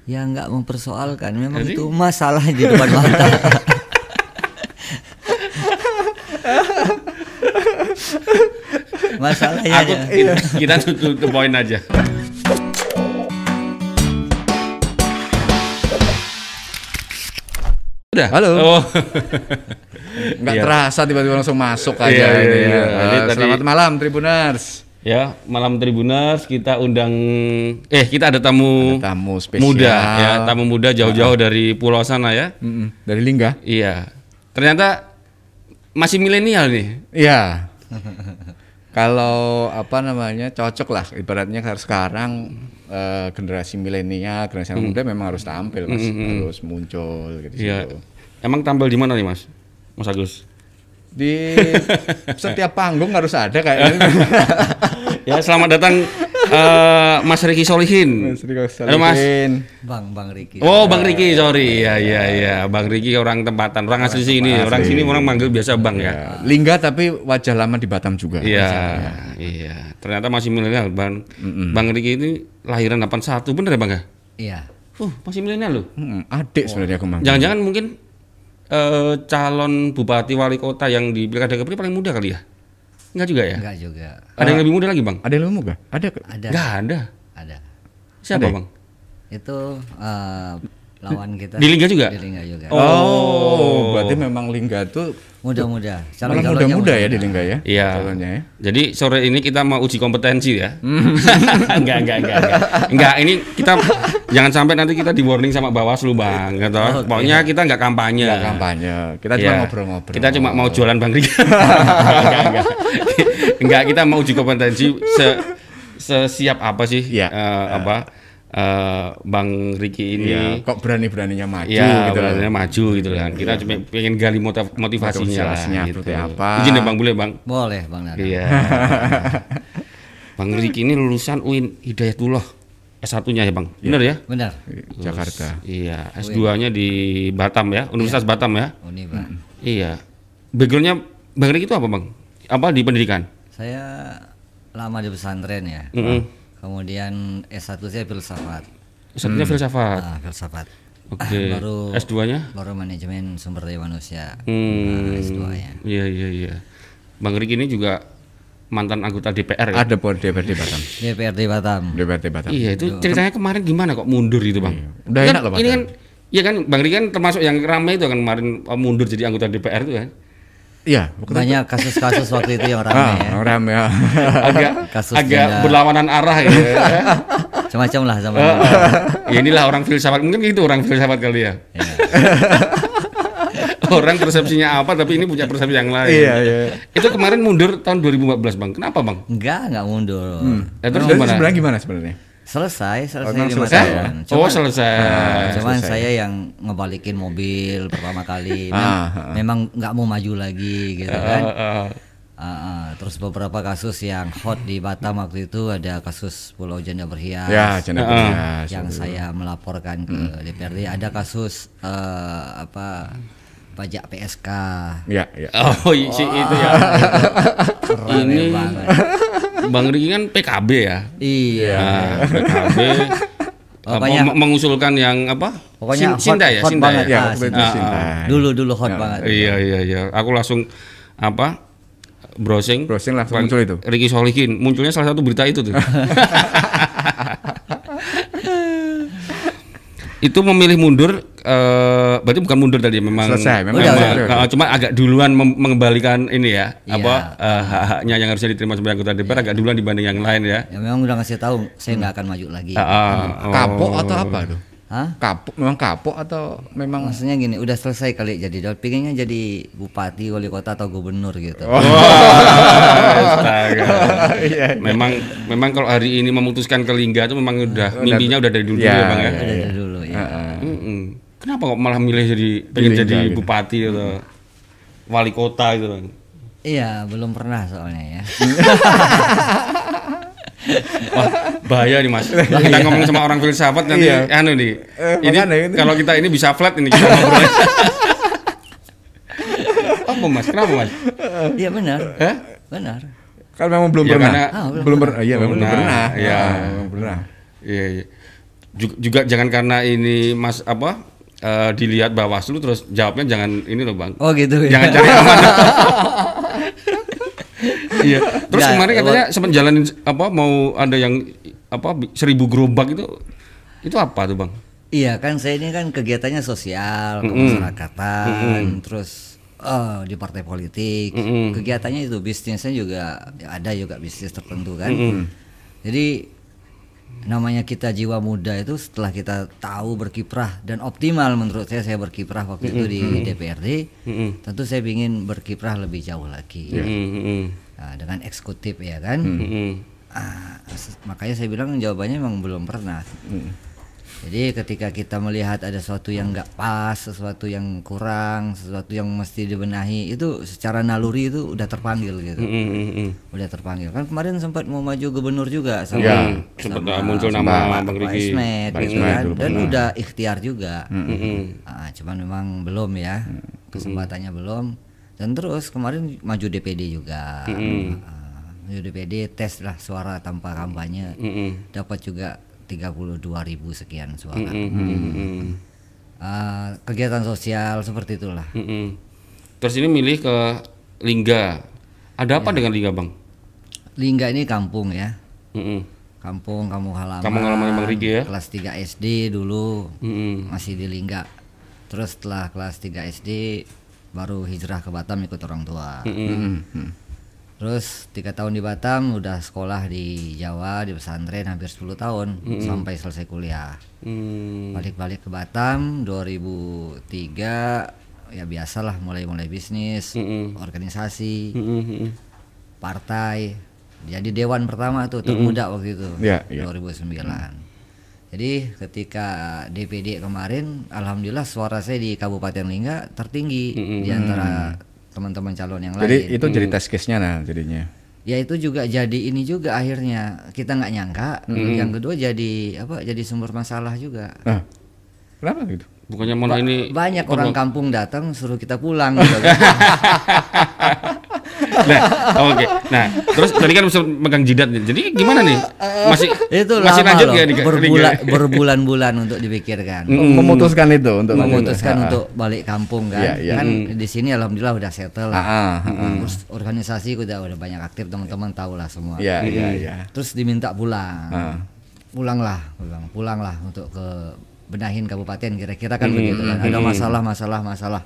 Ya nggak mempersoalkan, memang itu masalah di depan mata. Masalahnya kita tutup poin aja. Udah. Halo. Oh. Nggak terasa tiba-tiba langsung masuk aja Iya, ini iya, ya. iya. Selamat malam Tribuners. Ya, malam Tribuners kita undang kita ada tamu spesial muda ya, tamu muda jauh-jauh dari pulau sana ya. Dari Lingga. Iya. Ternyata masih milenial nih. Iya. Kalau cocok lah ibaratnya sekarang generasi milenial, generasi muda memang harus tampil Mas, harus muncul gitu. Iya. Emang tampil di mana nih Mas Agus? Di setiap panggung harus ada kayaknya. Ya, selamat datang Mas Riki Solihin. Halo Mas. Bang Riki. Oh, Bang Riki, sorry. Ya. Bang Riki orang tempatan, orang asli sini. Orang sini orang manggil biasa Bang ya. Lingga tapi wajah lama di Batam juga. Iya. Ternyata masih milenial, Bang. Bang Riki ini lahiran 81, bener ya, Bang ya? Iya. Masih milenial loh. Adik sebenarnya aku. Jangan-jangan mungkin calon bupati wali kota yang di Pilkada Kepri paling muda kali ya? Enggak juga ya? Enggak juga. Ada yang lebih muda lagi, Bang? Ada yang lebih muda? Ada. Enggak ada. Ada. Siapa, Ada. Bang? Itu lawan kita. Di Lingga juga? Di Lingga juga. Oh, berarti memang Lingga tuh Muda-muda. malah muda-muda ya di Lingga ya? Iya. Calonnya ya. Jadi sore ini kita mau uji kompetensi ya. Enggak, ini kita jangan sampai nanti kita di warning sama Bawaslu, Bang, gitu. Pokoknya kita enggak kampanye. Enggak kampanye. Kita cuma Iya. ngobrol-ngobrol. Kita cuma mau jualan Bang Riki. Enggak, kita mau uji kompetensi sesiap apa sih? Iya. Bang Riki ini. Iya, kok berani-beraninya maju Iya, gitu. berani maju gitu kan. Kita cuma pengen gali motivasinya lah, gitu. seperti apa. Izin ya Bang, boleh Bang? Boleh, Bang Nara. Iya. Bang Riki ini lulusan UIN Hidayatullah S1-nya ya Bang? Benar ya? Benar. Jakarta. Iya, S2-nya di Batam ya, Universitas Batam ya? Uni, Pak. Iya. Background-nya Bang Riki itu apa Bang? Apa di pendidikan? Saya lama di pesantren ya. Kemudian S1 saya filsafat. S1-nya filsafat. Filsafat. Oke. Baru S2-nya? baru manajemen sumber daya manusia. S2-nya. Iya. Bang Riki ini juga mantan anggota DPR ya? Ada DPRD Batam. DPRD Batam. DPRD Batam. Iya, itu ceritanya kemarin gimana kok mundur itu Bang? Iya. Udah enak loh Pak. Ini kan, iya kan Bang Riki kan termasuk yang ramai itu kan kemarin mundur jadi anggota DPR itu kan? Iya, Banyak kasus-kasus waktu itu yang ramai ya. ramai ya. Kasus agak juga. berlawanan arah gitu. Macam-macam lah sama. Ya inilah orang filsafat, mungkin gitu orang filsafat kali ya. Ya. Orang persepsinya apa tapi ini punya persepsi yang lain. Iya. Itu kemarin mundur tahun 2014 Bang. Kenapa Bang? Enggak mundur. Terus Jadi gimana? sebenarnya gimana sebenarnya? Selesai memang 5 selesai tahun. Oh selesai. Cuman selesai. saya yang ngebalikin mobil pertama kali. Memang nggak mau maju lagi gitu kan. Terus beberapa kasus yang hot di Batam waktu itu ada kasus Pulau Janda Berhias. Ya, Janda Berhias. Yang saya melaporkan ke DPRD. Ada kasus pajak PSK. Ya. Oh itu ya. Ini banget. Bang Riki kan PKB ya. Iya. PKB. Pokoknya- mengusulkan yang apa? Pokoknya Sinta ya, hot Sinta banget. Ya, Ah, waktu itu Sinta. Sinta. Dulu hot banget. Iya. Aku langsung browsing Langsung muncul itu. Riki Solihin, munculnya salah satu berita itu tuh. Itu memilih mundur, berarti bukan mundur tadi, memang Selesai, memang Udah. cuma agak duluan mengembalikan ini ya, Iya. hak-haknya yang harusnya diterima sebagai anggota DPR agak duluan dibanding yang lain ya. Ya memang udah ngasih tahu saya nggak akan maju lagi. Kapok atau apa tuh? Hah? Memang kapok atau memang Maksudnya gini, udah selesai kali jadi pinginnya jadi bupati, wali kota atau gubernur gitu. Astaga. Memang kalau hari ini memutuskan ke Lingga itu memang udah mimpinya udah dari dulu Ya, ya Bang ya. Ada dari dulu ya. Kenapa kok malah milih pengen Lingga jadi gitu. bupati atau wali kota gitu Bang? Iya, belum pernah soalnya ya. Wah, bahaya nih Mas. Kita ngomong sama orang filsafat nanti Iya. nih. Ini makanya ini. kalau kita ini bisa flat ini kita ngobrol. Apa Mas? Kenapa Mas? Iya benar. Hah? Benar. kan memang belum Ya, pernah. karena- Belum pernah. Iya, memang belum Belum pernah. pernah, iya. Belum pernah. Iya. juga jangan karena ini Mas dilihat Bawaslu terus jawabnya jangan ini loh Bang. Oh gitu ya. Jangan cari aman. Iya. Terus kemarin katanya sempat jalanin mau ada yang 1.000 gerobak itu apa tuh Bang? Iya kan saya ini kan kegiatannya sosial, kemasyarakatan, terus di partai politik. Kegiatannya itu bisnisnya juga ada juga bisnis tertentu kan. Jadi namanya kita jiwa muda itu setelah kita tahu berkiprah dan optimal menurut saya berkiprah waktu itu di DPRD, tentu saya ingin berkiprah lebih jauh lagi. Nah, dengan eksekutif ya kan. Makanya saya bilang jawabannya memang belum pernah. Jadi ketika kita melihat ada sesuatu yang nggak pas, sesuatu yang kurang, sesuatu yang mesti dibenahi, itu secara naluri itu udah terpanggil gitu. Udah terpanggil. Kan kemarin sempat mau maju gubernur juga sama muncul nama Bang Riki. Gitu kan. Dan udah ikhtiar juga. Cuman memang belum ya. Kesempatannya belum. Dan terus kemarin maju DPD juga. Maju DPD, tes lah suara tanpa kampanye. Dapat juga 32.000 sekian suara. Kegiatan sosial seperti itulah. Terus ini milih ke Lingga. Ada apa dengan Lingga Bang? Lingga ini kampung ya. Kampung halaman. Kampung halaman Bang Riki ya. Kelas 3 SD dulu masih di Lingga. Terus setelah kelas 3 SD baru hijrah ke Batam ikut orang tua. Terus 3 tahun di Batam, udah sekolah di Jawa, di pesantren hampir 10 tahun sampai selesai kuliah. Balik-balik ke Batam 2003, ya biasalah mulai bisnis, organisasi, partai. Jadi dewan pertama tuh termuda waktu itu, 2009. Jadi ketika DPD kemarin, alhamdulillah suara saya di Kabupaten Lingga tertinggi di antara teman-teman calon yang jadi lain. Itu jadi test case-nya jadinya. Ya itu juga jadi ini juga akhirnya kita nggak nyangka. Yang kedua jadi sumber masalah juga. Kenapa gitu? Bukannya mau ini banyak orang kampung datang suruh kita pulang gitu. Oke. Nah, terus tadi kan bisa megang jidat nih. Jadi gimana nih? Masih lanjut ya berbulan-bulan untuk dipikirkan. Memutuskan itu untuk untuk balik kampung kan. Kan di sini alhamdulillah udah settle lah. Terus organisasi udah banyak aktif, teman-teman tahu lah semua. Terus diminta pulang. Pulanglah untuk ke benahin kabupaten kira-kira kan begitu kan. Ada masalah.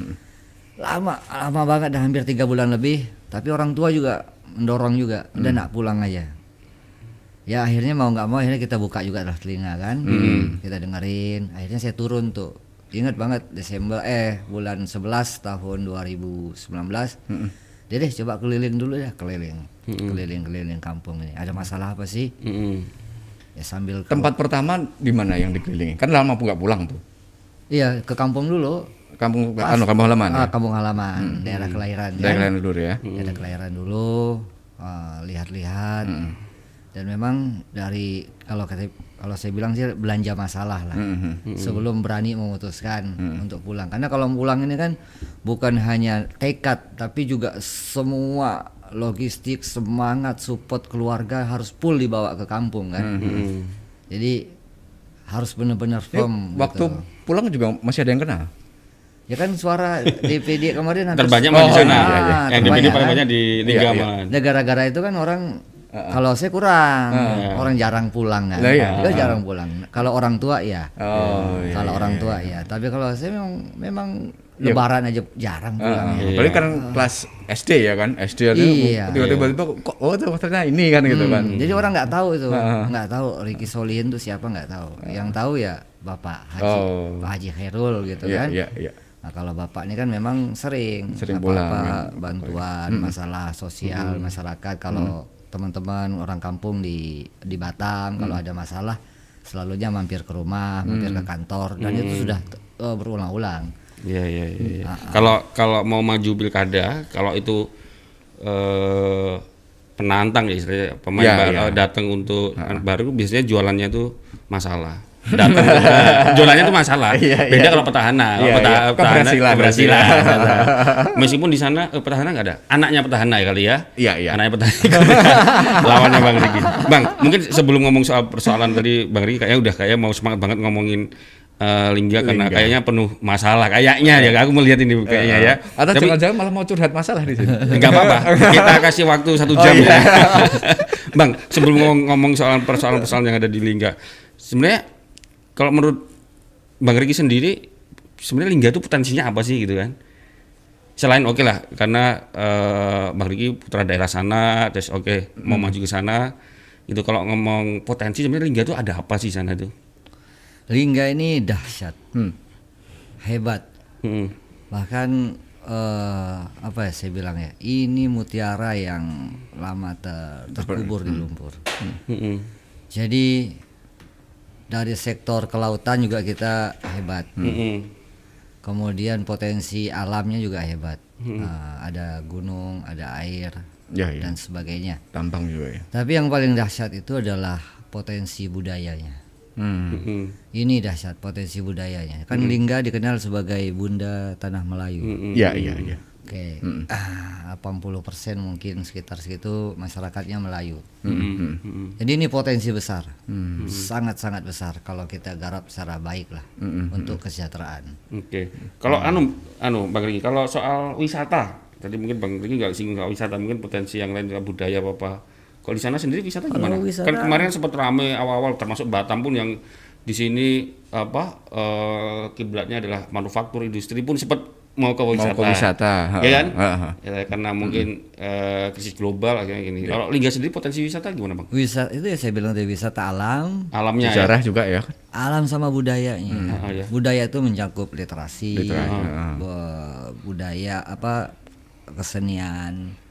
Lama banget, dah hampir 3 bulan lebih. Tapi orang tua juga mendorong juga, udah nak pulang aja. Ya akhirnya mau nggak mau akhirnya kita buka juga lah telinga kan, kita dengerin. Akhirnya saya turun tuh, ingat banget bulan 11 tahun 2019. Deh coba keliling dulu ya, keliling kampung ini. Ada masalah apa sih? Ya sambil tempat pertama di mana yang dikelilingi? Kan lama nggak pulang tuh. Iya, ke kampung dulu. Kampung halaman ya? Kampung halaman, daerah kelahiran. Daerah kelahiran dulu ya. Daerah kelahiran dulu, lihat-lihat. Dan memang dari kalau saya bilang sih belanja masalah lah. Sebelum berani memutuskan untuk pulang. Karena kalau pulang ini kan bukan hanya tekad, tapi juga semua logistik, semangat, support keluarga harus full dibawa ke kampung kan. Jadi harus benar-benar firm. Waktu pulang juga masih ada yang kenal. Ya kan suara DPD kemarin terbanyak di sana. Yang DPD paling banyak di Lingga. Gara-gara itu kan orang kalau saya kurang, orang jarang pulang kan. Jarang pulang. Kalau orang tua ya. Kalau orang tua ya. Tapi kalau saya memang Lebaran aja jarang pulang. Apalagi kan kelas SD ya kan. SD itu tiba-tiba kok ternyata ini kan gitu kan. Jadi orang nggak tahu itu, nggak tahu Riki Solihin itu siapa, nggak tahu. Yang tahu ya Bapak Haji Khairul gitu kan. Nah kalau bapak ini kan memang sering pulang, bantuan masalah sosial masyarakat. Kalau teman-teman orang kampung di Batam kalau ada masalah selalunya mampir ke rumah, mampir ke kantor, dan itu sudah berulang-ulang. Iya. Kalau mau maju pilkada, kalau itu penantang ya istilahnya, pemain datang untuk baru biasanya jualannya tuh masalah. datang zonanya itu masalah. Beda kalau petahana. Keberhasilan. Meskipun di sana petahana nggak ada. Anaknya petahana ya kali ya. Iya. Anaknya petahana. Lawannya Bang Riki. Bang, mungkin sebelum ngomong soal persoalan tadi Bang Riki kayaknya mau semangat banget ngomongin Lingga karena kayaknya penuh masalah kayaknya ya aku melihat ini kayaknya ya. Atau jangan-jangan malah mau curhat masalah di sini. Enggak apa-apa. Kita kasih waktu 1 jam ya. Bang, sebelum ngomong soal persoalan yang ada di Lingga. Sebenarnya kalau menurut Bang Riki sendiri sebenarnya Lingga itu potensinya apa sih gitu kan? Selain oke lah karena Bang Riki putra daerah sana terus mau maju ke sana. Itu kalau ngomong potensi sebenarnya Lingga itu ada apa sih sana tuh? Lingga ini dahsyat, hebat, bahkan apa ya saya bilang ya, ini mutiara yang lama terkubur di lumpur. Jadi dari sektor kelautan juga kita hebat, kemudian potensi alamnya juga hebat, ada gunung, ada air, dan sebagainya. Tambang juga ya. Tapi yang paling dahsyat itu adalah potensi budayanya. Ini dahsyat potensi budayanya. Kan Lingga dikenal sebagai Bunda Tanah Melayu. Iya. Oke. 80% mungkin sekitar segitu masyarakatnya Melayu. Jadi ini potensi besar. Sangat-sangat besar kalau kita garap secara baik lah untuk kesejahteraan. Oke. Kalau Bang Riki, kalau soal wisata, tadi mungkin Bang Riki nggak singgung soal wisata, mungkin potensi yang lain budaya apa. Kalau di sana sendiri wisata gimana? Kan kemarin sempat ramai awal-awal termasuk Batam pun yang di sini kiblatnya adalah manufaktur, industri pun sempat mau ke wisata. Ya kan? Ya, karena mungkin krisis global akhirnya gini. Kalau Lingga sendiri potensi wisata gimana, Bang? Wisata itu ya saya bilang dari wisata alamnya sejarah juga ya. Alam sama budayanya. Budaya itu mencakup literasi. Budaya kesenian,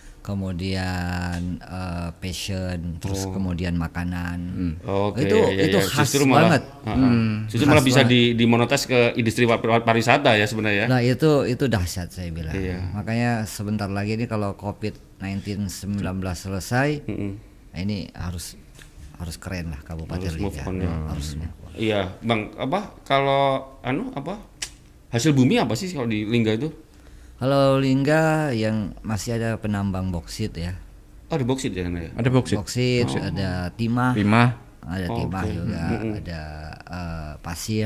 kemudian passion, terus kemudian makanan. Itu khas banget. Justru malah bisa dimonetis ke industri pariwisata ya sebenarnya. Nah itu dahsyat saya bilang. Makanya sebentar lagi ini kalau COVID-19 selesai, ini harus keren lah Kabupaten Lingga. Harus move on. Iya, Bang. Kalau hasil bumi apa sih kalau di Lingga itu? Kalau Lingga yang masih ada penambang boksit ya. Ada boksit ya? Ada boksit. Ada timah. Ada timah juga, ada pasir.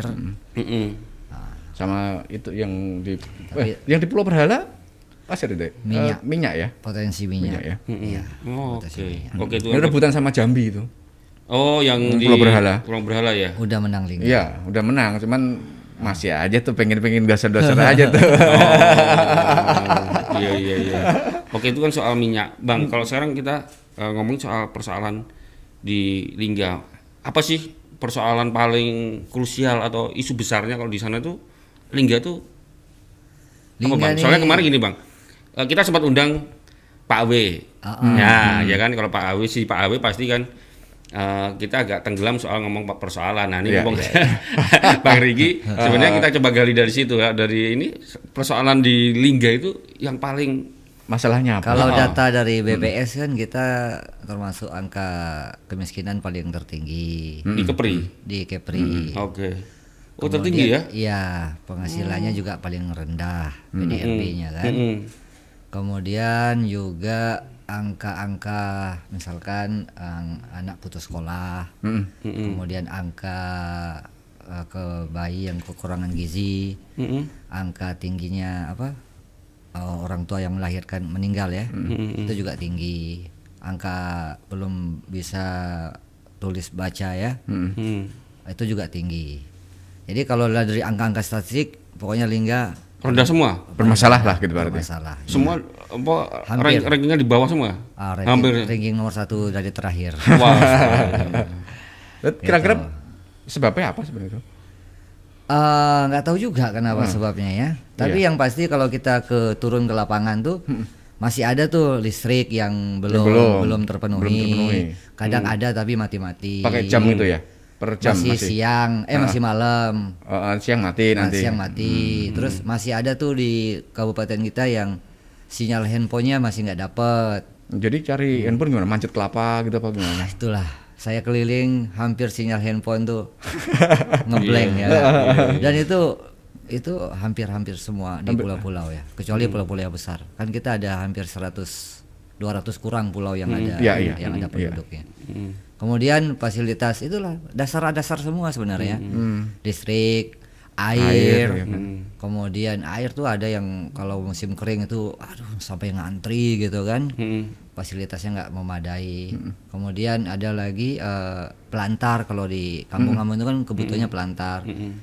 Sama itu yang di Pulau Berhala pasir itu. Minyak ya. Potensi minyak ya. Iya. Oke itu. Rebutan sama Jambi itu. Oh, yang di Pulau Berhala. Pulau Berhala ya. Udah menang Lingga. Iya, udah menang, cuman masih aja tuh pengen dasar-dasar aja tuh. Iya. Oke, itu kan soal minyak, Bang. Kalau sekarang kita ngomongin soal persoalan di Lingga, apa sih persoalan paling krusial atau isu besarnya kalau di sana tuh Lingga tuh apa, Bang? Soalnya kemarin gini, Bang, kita sempat undang Pak W. Ya kan kalau Pak Aw pasti kan kita agak tenggelam soal ngomong persoalan. Nah ini ngomong Bang Riki, sebenarnya kita coba gali dari situ ya, dari ini persoalan di Lingga itu yang paling masalahnya apa? Kalau data dari BPS kan kita termasuk angka kemiskinan paling tertinggi di Kepri. Oke. Oh, tertinggi ya? Iya, penghasilannya juga paling rendah PDRB-nya kan. Kemudian juga angka-angka misalkan anak putus sekolah, kemudian angka ke bayi yang kekurangan gizi, angka tingginya orang tua yang melahirkan meninggal ya, itu juga tinggi, angka belum bisa tulis baca ya, itu juga tinggi. Jadi kalau dari angka-angka statistik pokoknya Lingga rendah semua, bermasalah lah gitu berarti. Semua rankingnya di bawah semua. Hampir ranking nomor 1 dari terakhir. Wah. Kira-kira sebabnya apa sebenarnya? Nggak tahu juga kenapa sebabnya ya. Tapi yang pasti kalau kita turun ke lapangan tuh masih ada tuh listrik yang belum terpenuhi. Kadang ada tapi mati-mati. Pakai jam itu ya? Per jam masih siang, masih malam. Siang mati nanti. Siang mati. Terus masih ada tuh di kabupaten kita yang sinyal handphonenya masih nggak dapet. Jadi cari handphone gimana? Mancet kelapa gitu apa gimana? Itulah saya keliling hampir sinyal handphone tuh ngeblank ya kan? Dan itu hampir semua di pulau-pulau ya, kecuali pulau-pulau yang besar. Kan kita ada hampir 200 kurang pulau yang ada yang ada penduduknya. Kemudian fasilitas itulah dasar semua sebenarnya. Listrik, air. Kemudian air tuh ada yang kalau musim kering itu sampai ngantri gitu kan. Fasilitasnya nggak memadai. Kemudian ada lagi pelantar, kalau di kampung-kampung itu kan kebutuhannya pelantar.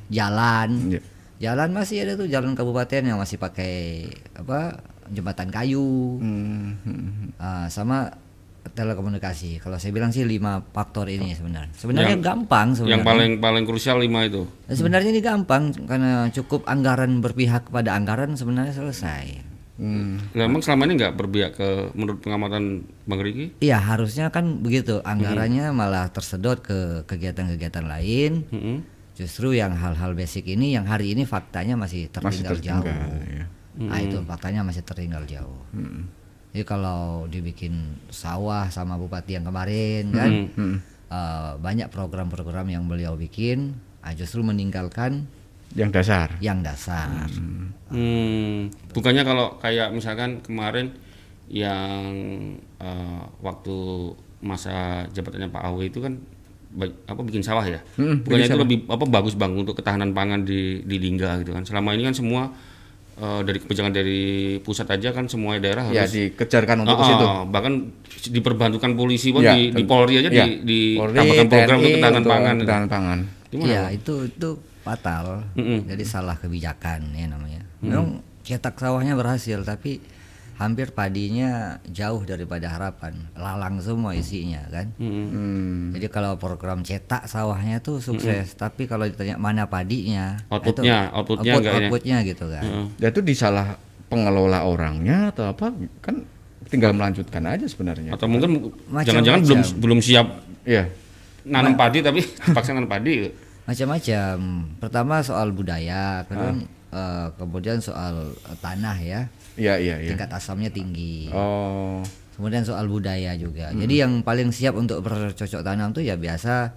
Jalan masih ada tuh, jalan kabupaten yang masih pakai jembatan kayu. Sama telekomunikasi. Kalau saya bilang sih 5 faktor ini sebenarnya gampang sebenarnya. Yang paling krusial 5 itu. Sebenarnya ini gampang karena cukup anggaran, berpihak kepada anggaran sebenarnya selesai. Nah, emang selama ini nggak berpihak menurut pengamatan Bang Riki? Iya, harusnya kan begitu. Anggarannya malah tersedot ke kegiatan-kegiatan lain. Justru yang hal-hal basic ini yang hari ini faktanya masih tertinggal jauh. Ya. Nah, itu faktanya masih tertinggal jauh. Jadi kalau dibikin sawah sama bupati yang kemarin kan banyak program-program yang beliau bikin, justru meninggalkan yang dasar. Bukannya kalau kayak misalkan kemarin yang waktu masa jabatannya Pak Awe itu kan bikin sawah ya. Bukannya itu lebih bagus Bang untuk ketahanan pangan di Lingga gitu kan. Selama ini kan semua dari kebijakan dari pusat aja kan semua daerah harus dikejarkan untuk ke situ. Bahkan diperbantukan polisi pun di Polri aja ditambahkan program untuk ketahanan pangan. Iya, itu fatal. Jadi salah kebijakan ya namanya. Memang cetak sawahnya berhasil, tapi hampir padinya jauh daripada harapan, lalang semua isinya kan. Jadi kalau program cetak sawahnya tuh sukses, tapi kalau ditanya mana padinya, outputnya gitu kan. Dan itu disalah pengelola orangnya atau apa, kan tinggal melanjutkan aja sebenarnya. Atau mungkin jangan-jangan belum siap nanam padi tapi paksa nanam padi. Macam-macam. Pertama soal budaya, kemudian soal tanah ya. Iya. Tingkat asamnya tinggi. Kemudian soal budaya juga. Jadi yang paling siap untuk bercocok tanam tuh ya biasa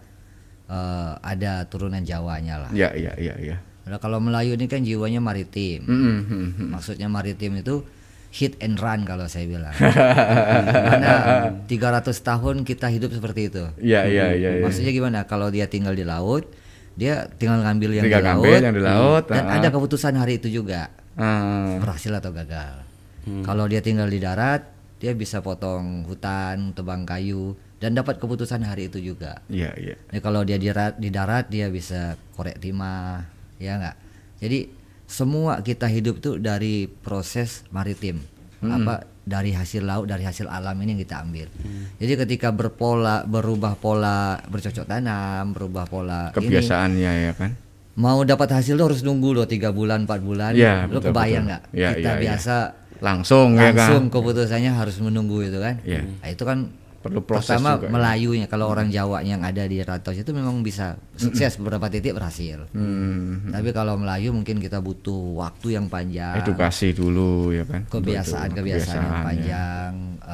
ada turunan Jawanya lah. Iya. Nah, kalau Melayu ini kan jiwanya maritim. Maksudnya maritim itu hit and run kalau saya bilang. Karena 300 tahun kita hidup seperti itu. Iya. Maksudnya gimana? Kalau dia tinggal di laut, dia tinggal ngambil yang di laut, dan ada keputusan hari itu juga berhasil atau gagal. Kalau dia tinggal di darat, dia bisa potong hutan, tebang kayu, dan dapat keputusan hari itu juga. Iya. Nah, kalau dia di darat dia bisa korek timah, ya nggak. Jadi semua kita hidup tuh dari proses maritim, dari hasil laut, dari hasil alam ini yang kita ambil. Jadi ketika berubah pola bercocok tanam, berubah pola kebiasaannya ya kan. Mau dapat hasil lo harus nunggu lo 3 bulan 4 bulan. Lo kebayang nggak? Kita biasa langsung ya kan. Keputusannya harus menunggu itu kan. Nah, itu kan perlu proses pertama juga. Melayunya kalau orang Jawa yang ada di Rantau itu memang bisa sukses, beberapa titik berhasil. Tapi kalau Melayu mungkin kita butuh waktu yang panjang. Edukasi dulu ya kan. Kebiasaan yang panjang.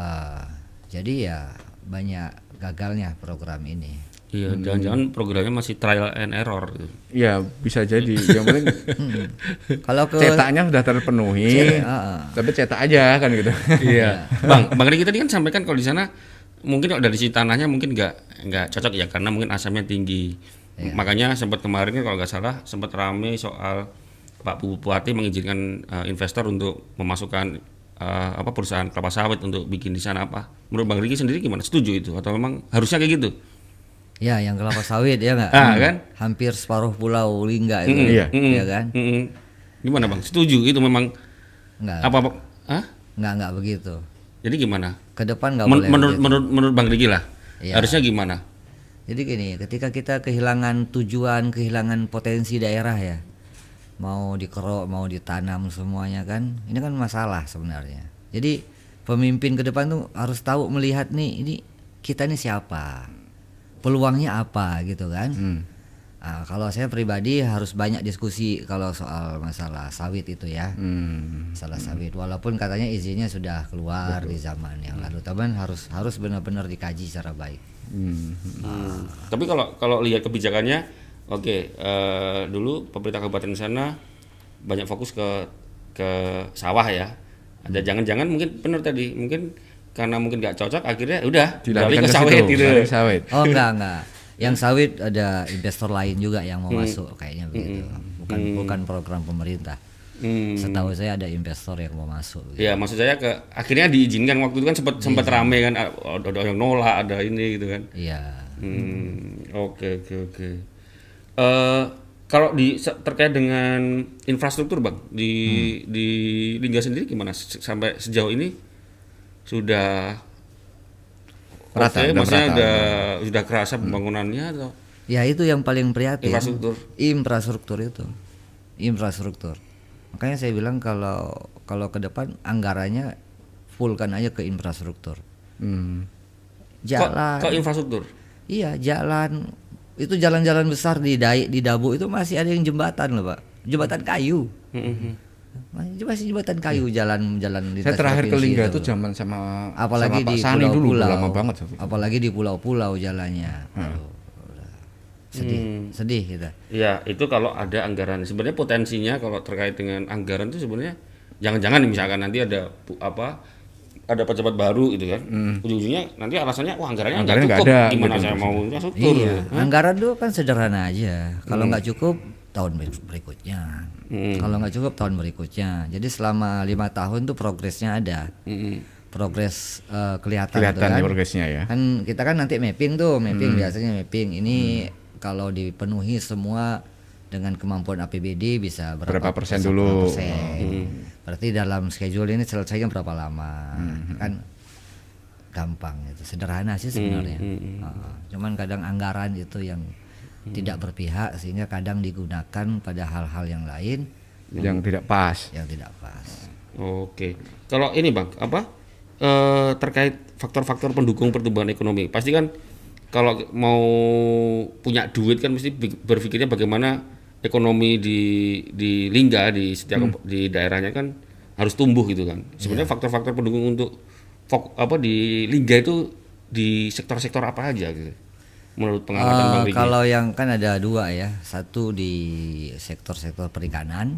Jadi ya banyak gagalnya program ini. Iya, jangan-jangan programnya masih trial and error. Iya, bisa jadi. Yang penting kalau cetaknya sudah terpenuhi, tapi cetak aja kan gitu. Iya. Bang Riki tadi kan sampaikan kalau di sana mungkin kalau dari sisi tanahnya mungkin nggak cocok ya karena mungkin asamnya tinggi. Makanya sempat kemarin kalau nggak salah sempat rame soal Pak Bupati mengizinkan investor untuk memasukkan perusahaan kelapa sawit untuk bikin di sana apa. Menurut Bang Riki sendiri gimana? Setuju itu atau memang harusnya kayak gitu? Ya, yang kelapa sawit ya nggak? Kan? Hampir separuh pulau Lingga itu, ya kan? Gimana Bang? Setuju itu memang? Nggak. Nggak begitu. Jadi gimana? Ke depan nggak boleh. Menurut Bang Riki lah, harusnya gimana? Jadi gini, ketika kita kehilangan tujuan, kehilangan potensi daerah ya, mau dikerok, mau ditanam semuanya kan, ini kan masalah sebenarnya. Jadi pemimpin ke depan tuh harus tahu melihat nih, ini kita nih siapa, peluangnya apa gitu kan. Kalau saya pribadi harus banyak diskusi kalau soal masalah sawit itu ya, masalah sawit. Walaupun katanya izinnya sudah keluar di zaman yang lalu, tapi harus benar-benar dikaji secara baik. Tapi kalau lihat kebijakannya, dulu pemerintah kabupaten sana banyak fokus ke sawah ya. Ada jangan-jangan mungkin benar tadi, mungkin karena mungkin nggak cocok akhirnya udah beralih ke sawit gitu. Oh enggak. Yang sawit ada investor lain juga yang mau masuk kayaknya begitu. Bukan program pemerintah. Setahu saya ada investor yang mau masuk. Gitu. Ya maksud saya akhirnya diizinkan. Waktu itu kan sempat rame kan, ada yang nolak, ada ini gitu kan. Iya. Oke. Kalau terkait dengan infrastruktur Bang di Lingga sendiri gimana sampai sejauh ini sudah maksudnya sudah kerasa pembangunannya atau? Ya itu yang paling prihatin. Infrastruktur. Makanya saya bilang kalau ke depan anggarannya fullkan aja ke infrastruktur. Jalan. Kok infrastruktur? Iya, jalan. Itu jalan-jalan besar di Dabu itu masih ada yang jembatan loh, Pak. Jembatan kayu. Masih jembatan kayu, jalan Saya terakhir ke Lingga itu zaman sama apalagi sama di Pak Sani dulu, pulau-pulau, lama banget. Apalagi di pulau-pulau jalannya. Sedih kita. Ya itu kalau ada anggaran. Sebenarnya potensinya kalau terkait dengan anggaran itu sebenarnya jangan-jangan misalkan nanti ada pejabat baru gitu kan. Ujung-ujungnya nanti alasannya anggarannya nggak cukup. Ada, gimana gitu, saya mau infrastruktur? Iya, anggaran itu kan sederhana aja. Kalau nggak cukup tahun berikutnya. Kalau nggak cukup tahun berikutnya. Jadi selama 5 tahun tuh progresnya ada. Progres kelihatan kan? Progresnya ya. Kan kita kan nanti mapping biasanya mapping. Ini kalau dipenuhi semua dengan kemampuan APBD bisa berapa persen dulu. Berarti dalam schedule ini selesainya berapa lama. Kan gampang itu, sederhana sih sebenarnya. Cuman kadang anggaran itu yang tidak berpihak sehingga kadang digunakan pada hal-hal yang lain yang tidak pas. Oke. Kalau ini Bang, terkait faktor-faktor pendukung pertumbuhan ekonomi. Pasti kan kalau mau punya duit kan mesti berpikirnya bagaimana ekonomi di Lingga di setiap di daerahnya kan harus tumbuh gitu kan. Sebenarnya faktor-faktor pendukung untuk di Lingga itu di sektor-sektor apa aja gitu? Menurut pengamatan Bang Riki? Kalau yang kan ada dua ya, satu di sektor-sektor perikanan.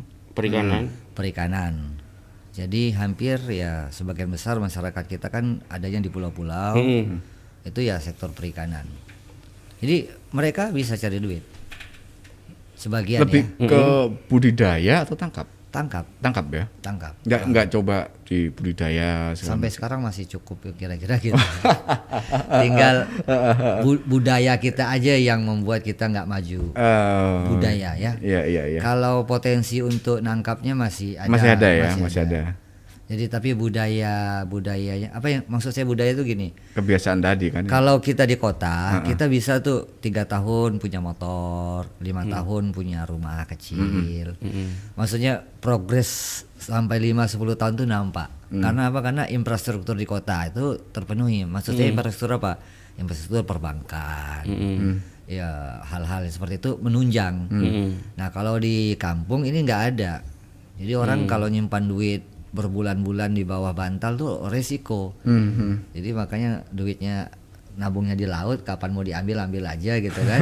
Jadi hampir ya sebagian besar masyarakat kita kan adanya di pulau-pulau, itu ya sektor perikanan. Jadi mereka bisa cari duit. Sebagian lebih ke budidaya atau tangkap ya. Nggak coba di budidaya sampai sekarang masih cukup kira-kira gitu. Tinggal budaya kita aja yang membuat kita nggak maju. Budaya ya. Iya. Kalau potensi untuk nangkapnya masih ada. Jadi tapi budayanya apa yang maksud saya budaya itu gini. Kebiasaan tadi kan. Kalau kita di kota, kita bisa tuh 3 tahun punya motor, 5 tahun punya rumah kecil. Maksudnya progres sampai 5-10 tahun tuh nampak. Karena apa? Karena infrastruktur di kota itu terpenuhi. Maksudnya infrastruktur apa? Infrastruktur perbankan. Ya hal-hal seperti itu menunjang. Nah kalau di kampung ini nggak ada. Jadi orang kalau nyimpan duit berbulan-bulan di bawah bantal tuh resiko. Jadi makanya duitnya nabungnya di laut, kapan mau diambil aja gitu kan.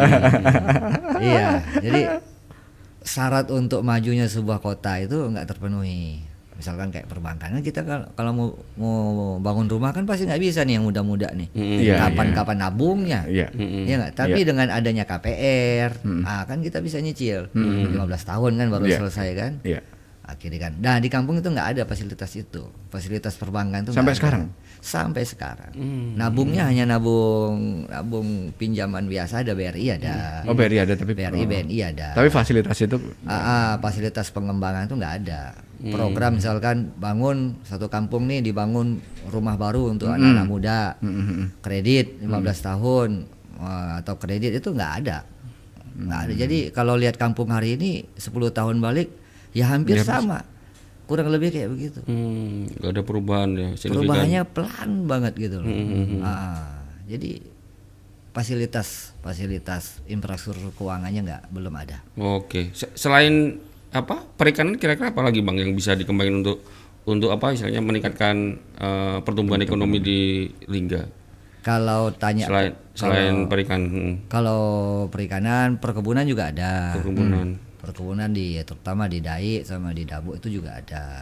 Iya, jadi syarat untuk majunya sebuah kota itu nggak terpenuhi. Misalkan kayak perbankan, kita kalau mau bangun rumah kan pasti nggak bisa nih yang muda-muda nih. Kapan nabungnya? Iya nggak. Tapi dengan adanya KPR, kan kita bisa nyicil 15 tahun kan baru selesai kan. Akhirnya kan. Nah di kampung itu nggak ada fasilitas itu, fasilitas perbankan itu sampai sekarang. Nabungnya hanya nabung pinjaman biasa, ada BRI ada. BRI ada tapi BNI ada. Tapi fasilitas itu fasilitas pengembangan itu nggak ada. Program misalkan bangun satu kampung nih, dibangun rumah baru untuk anak-anak muda, kredit 15 tahun atau kredit itu nggak ada. Jadi kalau lihat kampung hari ini 10 tahun balik ya hampir sama, kurang lebih kayak begitu. Gak ada perubahan ya. Perubahannya pelan banget gitu loh. Jadi fasilitas infrastruktur keuangannya belum ada. Oke. Selain apa perikanan, kira-kira apa lagi Bang yang bisa dikembangin untuk apa istilahnya meningkatkan pertumbuhan ekonomi di Lingga? Kalau tanya selain perikanan. Kalau perikanan, perkebunan juga ada. Perkebunan terutama di Dai sama di Dabu itu juga ada.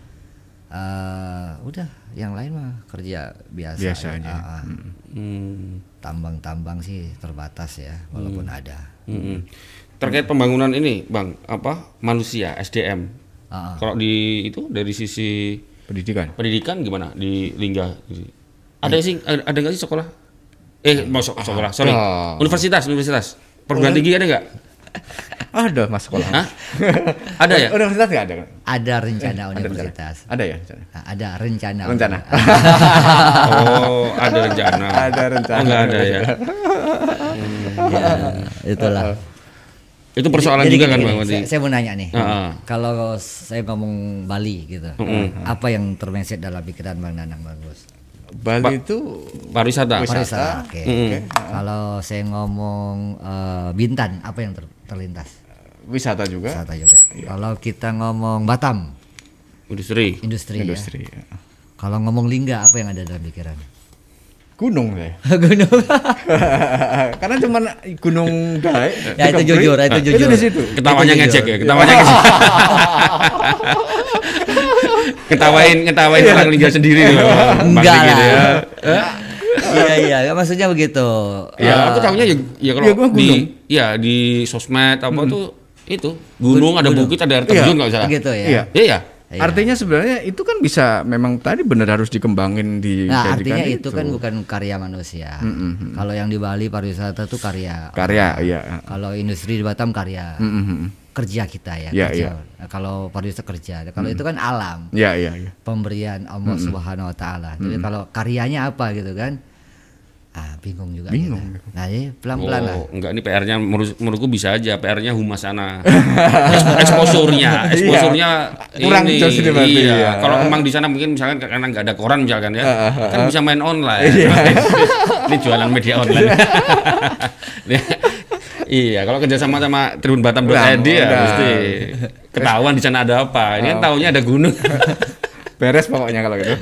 Udah yang lain mah kerja biasa aja. Tambang-tambang sih terbatas ya, walaupun ada. Terkait pembangunan ini, Bang, apa manusia SDM? Kalau dari sisi pendidikan gimana di Lingga? Ada nggak sih sekolah? Sekolah, sorry, universitas. Perguruan tinggi ada nggak? Ada mas sekolah. Hah? Ada ya? Universitas nggak ada? Ada rencana universitas. Ada ya? Ada rencana. Oh, ada rencana. Ada rencana. Oh, nggak ada ya? Ya, itulah. Itu persoalan juga kan Bang. Saya mau nanya nih, kalau saya ngomong Bali gitu, apa yang termenset dalam pikiran Bang Nanang bagus? Bali itu pariwisata. Oke. Kalau saya ngomong Bintan, apa yang terlintas? Wisata juga. Ya. Kalau kita ngomong Batam, industri. Ya. Kalau ngomong Lingga, apa yang ada dalam pikiran? Gunung saya. Gunung. Karena cuma Gunung Dai. Ya itu jujur. Itu di situ. Ketawanya ngecek ya, Ketawain orang Lingga sendiri loh. Enggak lah. Iya, maksudnya begitu. Ya, aku tahunya ya kalau di sosmed apa tuh itu gunung, ada bukit, ada air terjun nggak salah. Gitu ya. Iya. Artinya sebenarnya itu kan bisa memang tadi benar harus dikembangin artinya itu kan bukan karya manusia. Kalau yang di Bali pariwisata itu karya. Iya. Kalau industri di Batam karya. Kerja kita ya. Iya. Nah, kalau pariwisata kerja. Kalau itu kan alam. Iya. Pemberian Allah Subhanahu wa taala. Jadi kalau karyanya apa gitu kan? Bingung juga. Gitu. Nah, jadi pelan-pelan lah. Enggak, ini PR-nya menurutku bisa aja. PR-nya humas sana. Exposure-nya kurang ini. Iya. Kalau emang di sana mungkin misalkan karena nggak ada koran misalkan ya, kan bisa main online. Ini jualan media online. Iya, kalau kerjasama sama Tribun Batam.id ya pasti ketahuan di sana ada apa. Ini kan tahunya ada gunung. Beres pokoknya kalau gitu.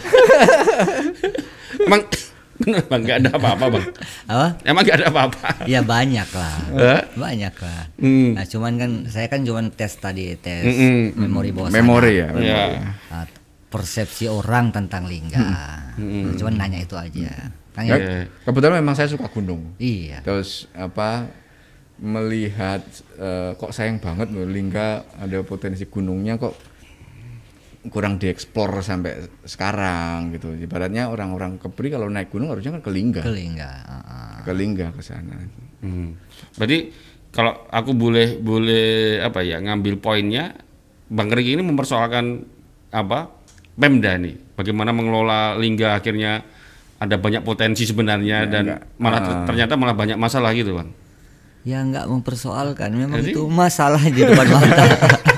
Emang bener Bang, nggak ada apa-apa Bang? Apa? Emang nggak ada apa-apa? Ya banyak lah. Nah cuman kan saya kan cuma tes memori bawah sadar. Memori ya. Nah, persepsi orang tentang Lingga. Cuman nanya itu aja. Kebetulan memang saya suka gunung. Iya. Terus melihat kok sayang banget Lingga ada potensi gunungnya kok kurang dieksplor sampai sekarang gitu. Ibaratnya orang-orang Kepri kalau naik gunung harusnya kan ke Lingga. Ke Lingga ke sana. Berarti kalau aku boleh apa ya ngambil poinnya, Bang Riki ini mempersoalkan apa? Pemda nih. Bagaimana mengelola Lingga akhirnya ada banyak potensi sebenarnya dan ternyata malah banyak masalah gitu, Bang. Ya enggak mempersoalkan, memang itu masalah di depan mata.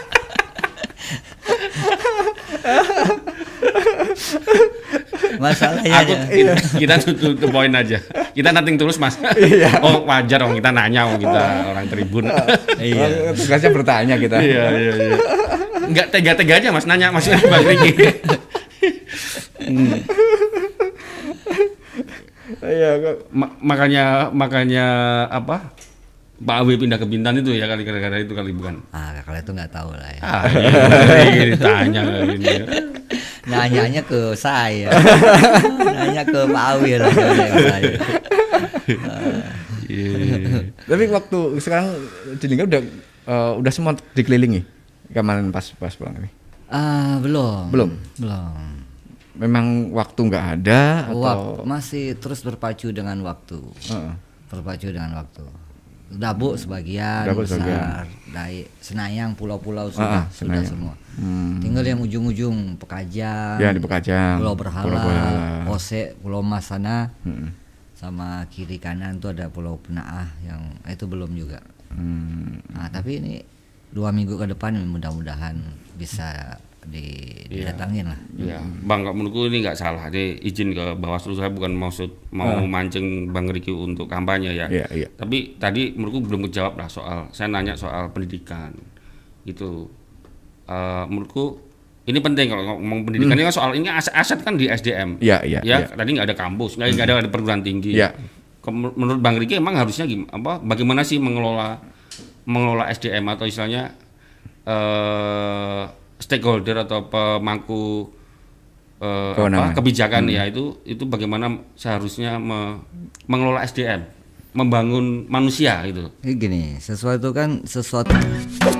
Masalahnya kita tutup poin aja. Kita nating tulus Mas. Oh wajar dong kita nanya kita orang Tribun. Iya. Tugasnya bertanya kita. Iya. Enggak tega-tega aja Mas nanya maksudnya Bang Riki. Iya. Makanya apa? Pak Awi pindah ke Bintan itu ya kali gara-gara itu kali bukan? Kalau itu nggak tahu lah ya. Iya, ditanya ini. Nanyanya ke saya. Nanya ke Pak Awi lah. Tapi waktu sekarang di Lingga udah semua dikelilingi kemarin pas pulang ini? Belum. Memang waktu nggak ada atau masih terus berpacu dengan waktu. Dabu sebagian, besar, Senayang, pulau-pulau sudah semua. Tinggal yang ujung-ujung Pekajang. Ya di Pekajang. Pulau Berhala, Ose, Pulau Mas sana. Sama kiri kanan tuh ada Pulau Penaah yang itu belum juga. Nah, tapi ini 2 minggu ke depan mudah-mudahan bisa didatangin lah. Iya, Bang, menurutku ini nggak salah. Jadi izin ke Bawaslu, saya bukan mau mancing Bang Riki untuk kampanye ya. Iya. Tapi tadi menurutku belum kejawab lah saya nanya soal pendidikan gitu. Menurutku ini penting kalau ngomong pendidikan ini kan soal ini aset kan di SDM. Iya. Tadi nggak ada kampus, nggak ada perguruan tinggi. Iya. Menurut Bang Riki emang harusnya bagaimana sih mengelola SDM atau istilahnya stakeholder atau pemangku kebijakan ya itu bagaimana seharusnya mengelola SDM, membangun manusia gitu. Ini gini, sesuatu